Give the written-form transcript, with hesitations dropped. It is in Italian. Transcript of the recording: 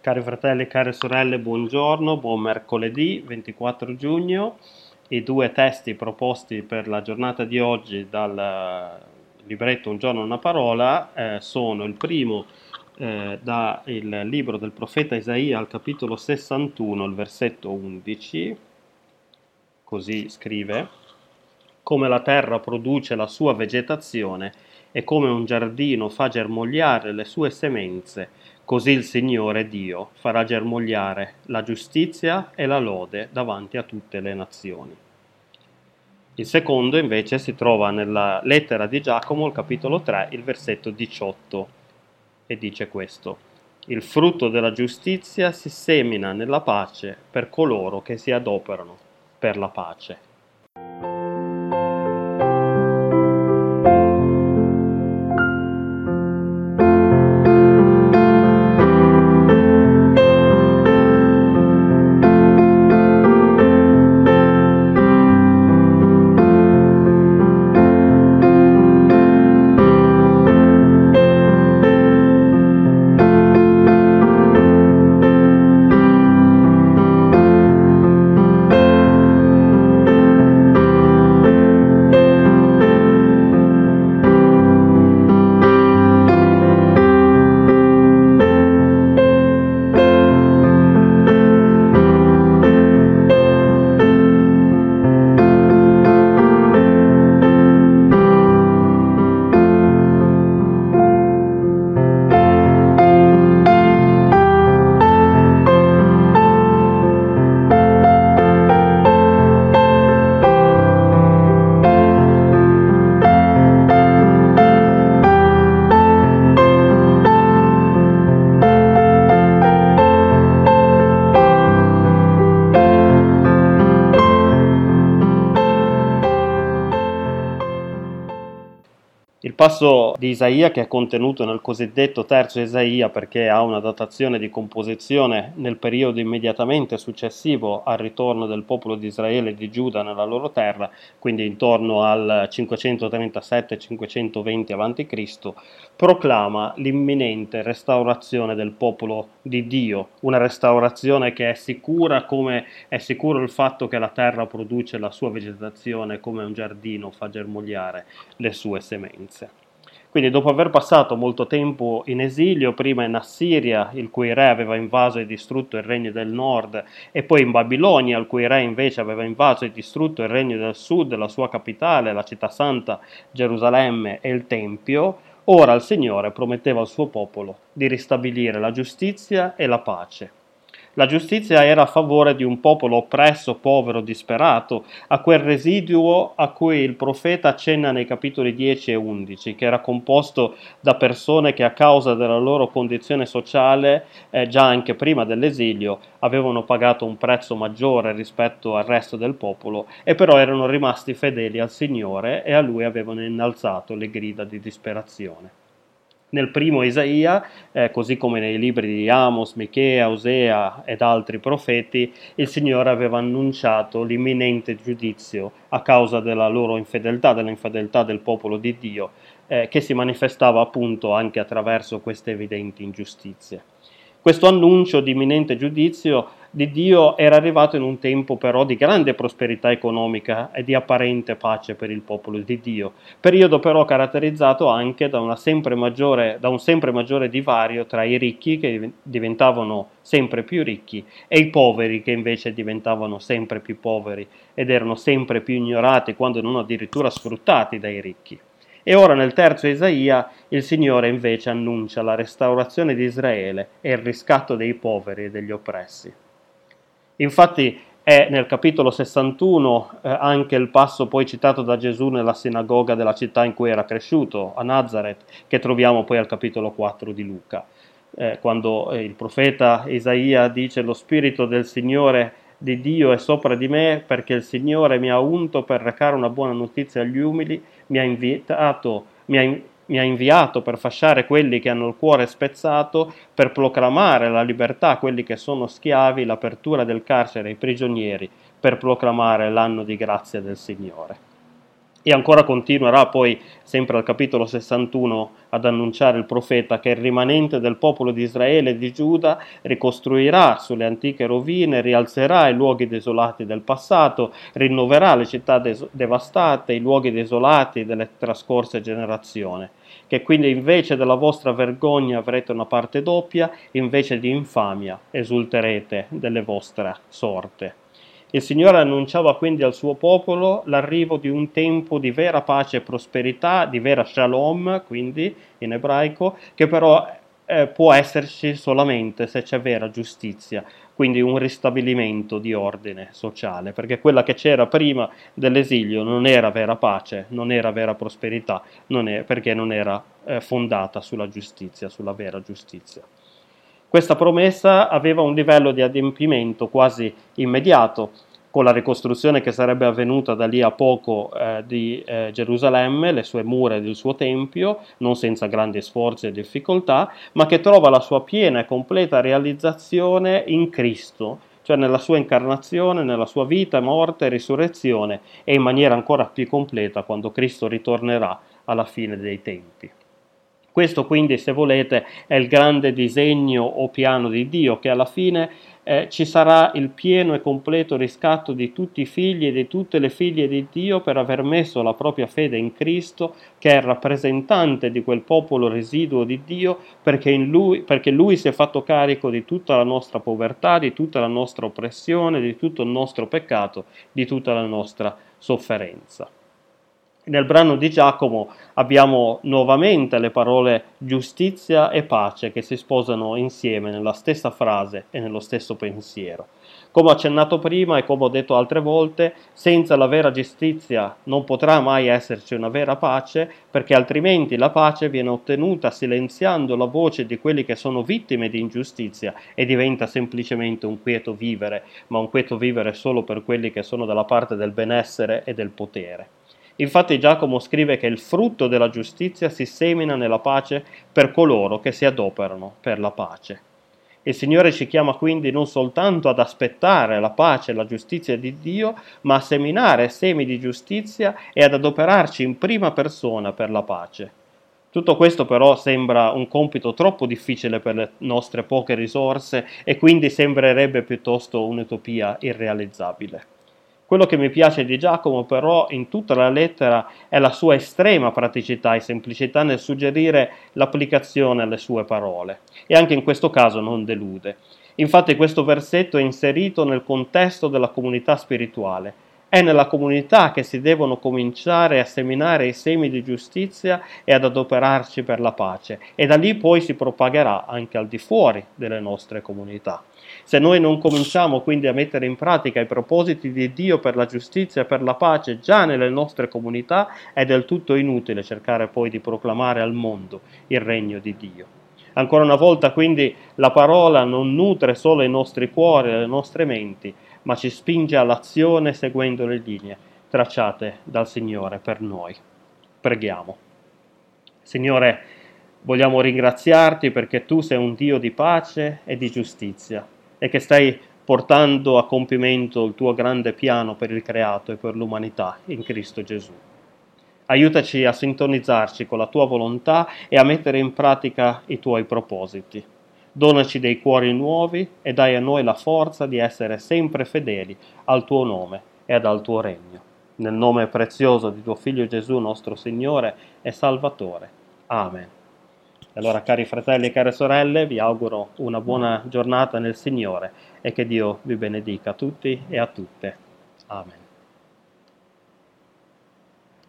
Cari fratelli e care sorelle, buongiorno, buon mercoledì 24 giugno. I due testi proposti per la giornata di oggi dal libretto Un giorno una parola sono il primo dal libro del profeta Isaia al capitolo 61, il versetto 11, così scrive: come la terra produce la sua vegetazione e come un giardino fa germogliare le sue semenze, così il Signore Dio farà germogliare la giustizia e la lode davanti a tutte le nazioni. Il secondo invece si trova nella lettera di Giacomo, il capitolo 3, il versetto 18, e dice questo: il frutto della giustizia si semina nella pace per coloro che si adoperano per la pace. Il passo di Isaia, che è contenuto nel cosiddetto terzo Isaia perché ha una datazione di composizione nel periodo immediatamente successivo al ritorno del popolo di Israele e di Giuda nella loro terra, quindi intorno al 537-520 a.C., proclama l'imminente restaurazione del popolo di Dio, una restaurazione che è sicura come è sicuro il fatto che la terra produce la sua vegetazione, come un giardino fa germogliare le sue semenze. Quindi dopo aver passato molto tempo in esilio, prima in Assiria, il cui re aveva invaso e distrutto il regno del nord, e poi in Babilonia, il cui re invece aveva invaso e distrutto il regno del sud, la sua capitale, la città santa Gerusalemme e il Tempio, ora il Signore prometteva al suo popolo di ristabilire la giustizia e la pace. La giustizia era a favore di un popolo oppresso, povero, disperato, a quel residuo a cui il profeta accenna nei capitoli 10 e 11, che era composto da persone che a causa della loro condizione sociale, già anche prima dell'esilio, avevano pagato un prezzo maggiore rispetto al resto del popolo e però erano rimasti fedeli al Signore e a Lui avevano innalzato le grida di disperazione. Nel primo Isaia, così come nei libri di Amos, Michea, Osea ed altri profeti, il Signore aveva annunciato l'imminente giudizio a causa della loro infedeltà, dell'infedeltà del popolo di Dio, che si manifestava appunto anche attraverso queste evidenti ingiustizie. Questo annuncio di imminente giudizio di Dio era arrivato in un tempo però di grande prosperità economica e di apparente pace per il popolo di Dio, periodo però caratterizzato anche da un sempre maggiore divario tra i ricchi che diventavano sempre più ricchi e i poveri che invece diventavano sempre più poveri ed erano sempre più ignorati, quando non addirittura sfruttati dai ricchi. E ora nel terzo Isaia il Signore invece annuncia la restaurazione di Israele e il riscatto dei poveri e degli oppressi. Infatti è nel capitolo 61 anche il passo poi citato da Gesù nella sinagoga della città in cui era cresciuto, a Nazareth, che troviamo poi al capitolo 4 di Luca, quando il profeta Isaia dice: lo Spirito del Signore di Dio è sopra di me, perché il Signore mi ha unto per recare una buona notizia agli umili, mi ha inviato per fasciare quelli che hanno il cuore spezzato, per proclamare la libertà a quelli che sono schiavi, l'apertura del carcere ai prigionieri, per proclamare l'anno di grazia del Signore. E ancora continuerà poi, sempre al capitolo 61, ad annunciare il profeta che il rimanente del popolo di Israele e di Giuda ricostruirà sulle antiche rovine, rialzerà i luoghi desolati del passato, rinnoverà le città devastate, i luoghi desolati delle trascorse generazioni. Che quindi invece della vostra vergogna avrete una parte doppia, invece di infamia esulterete delle vostre sorte. Il Signore annunciava quindi al suo popolo l'arrivo di un tempo di vera pace e prosperità, di vera shalom, quindi in ebraico, che però può esserci solamente se c'è vera giustizia, quindi un ristabilimento di ordine sociale, perché quella che c'era prima dell'esilio non era vera pace, non era vera prosperità, perché non era fondata sulla giustizia, sulla vera giustizia. Questa promessa aveva un livello di adempimento quasi immediato, con la ricostruzione che sarebbe avvenuta da lì a poco di Gerusalemme, le sue mura ed il suo tempio, non senza grandi sforzi e difficoltà, ma che trova la sua piena e completa realizzazione in Cristo, cioè nella sua incarnazione, nella sua vita, morte e risurrezione, e in maniera ancora più completa quando Cristo ritornerà alla fine dei tempi. Questo quindi, se volete, è il grande disegno o piano di Dio, che alla fine ci sarà il pieno e completo riscatto di tutti i figli e di tutte le figlie di Dio per aver messo la propria fede in Cristo, che è il rappresentante di quel popolo residuo di Dio, perché lui si è fatto carico di tutta la nostra povertà, di tutta la nostra oppressione, di tutto il nostro peccato, di tutta la nostra sofferenza. Nel brano di Giacomo abbiamo nuovamente le parole giustizia e pace che si sposano insieme nella stessa frase e nello stesso pensiero. Come ho accennato prima e come ho detto altre volte, senza la vera giustizia non potrà mai esserci una vera pace, perché altrimenti la pace viene ottenuta silenziando la voce di quelli che sono vittime di ingiustizia e diventa semplicemente un quieto vivere, ma un quieto vivere solo per quelli che sono dalla parte del benessere e del potere. Infatti Giacomo scrive che il frutto della giustizia si semina nella pace per coloro che si adoperano per la pace. Il Signore ci chiama quindi non soltanto ad aspettare la pace e la giustizia di Dio, ma a seminare semi di giustizia e ad adoperarci in prima persona per la pace. Tutto questo però sembra un compito troppo difficile per le nostre poche risorse e quindi sembrerebbe piuttosto un'utopia irrealizzabile. Quello che mi piace di Giacomo però in tutta la lettera è la sua estrema praticità e semplicità nel suggerire l'applicazione alle sue parole, e anche in questo caso non delude. Infatti questo versetto è inserito nel contesto della comunità spirituale. È nella comunità che si devono cominciare a seminare i semi di giustizia e ad adoperarci per la pace, e da lì poi si propagherà anche al di fuori delle nostre comunità. Se noi non cominciamo quindi a mettere in pratica i propositi di Dio per la giustizia e per la pace già nelle nostre comunità, è del tutto inutile cercare poi di proclamare al mondo il regno di Dio. Ancora una volta quindi la parola non nutre solo i nostri cuori e le nostre menti, ma ci spinge all'azione seguendo le linee tracciate dal Signore per noi. Preghiamo. Signore, vogliamo ringraziarti perché tu sei un Dio di pace e di giustizia e che stai portando a compimento il tuo grande piano per il creato e per l'umanità in Cristo Gesù. Aiutaci a sintonizzarci con la tua volontà e a mettere in pratica i tuoi propositi. Donaci dei cuori nuovi e dai a noi la forza di essere sempre fedeli al tuo nome e al tuo regno. Nel nome prezioso di tuo Figlio Gesù, nostro Signore e Salvatore. Amen. Allora, cari fratelli e care sorelle, vi auguro una buona giornata nel Signore e che Dio vi benedica a tutti e a tutte. Amen.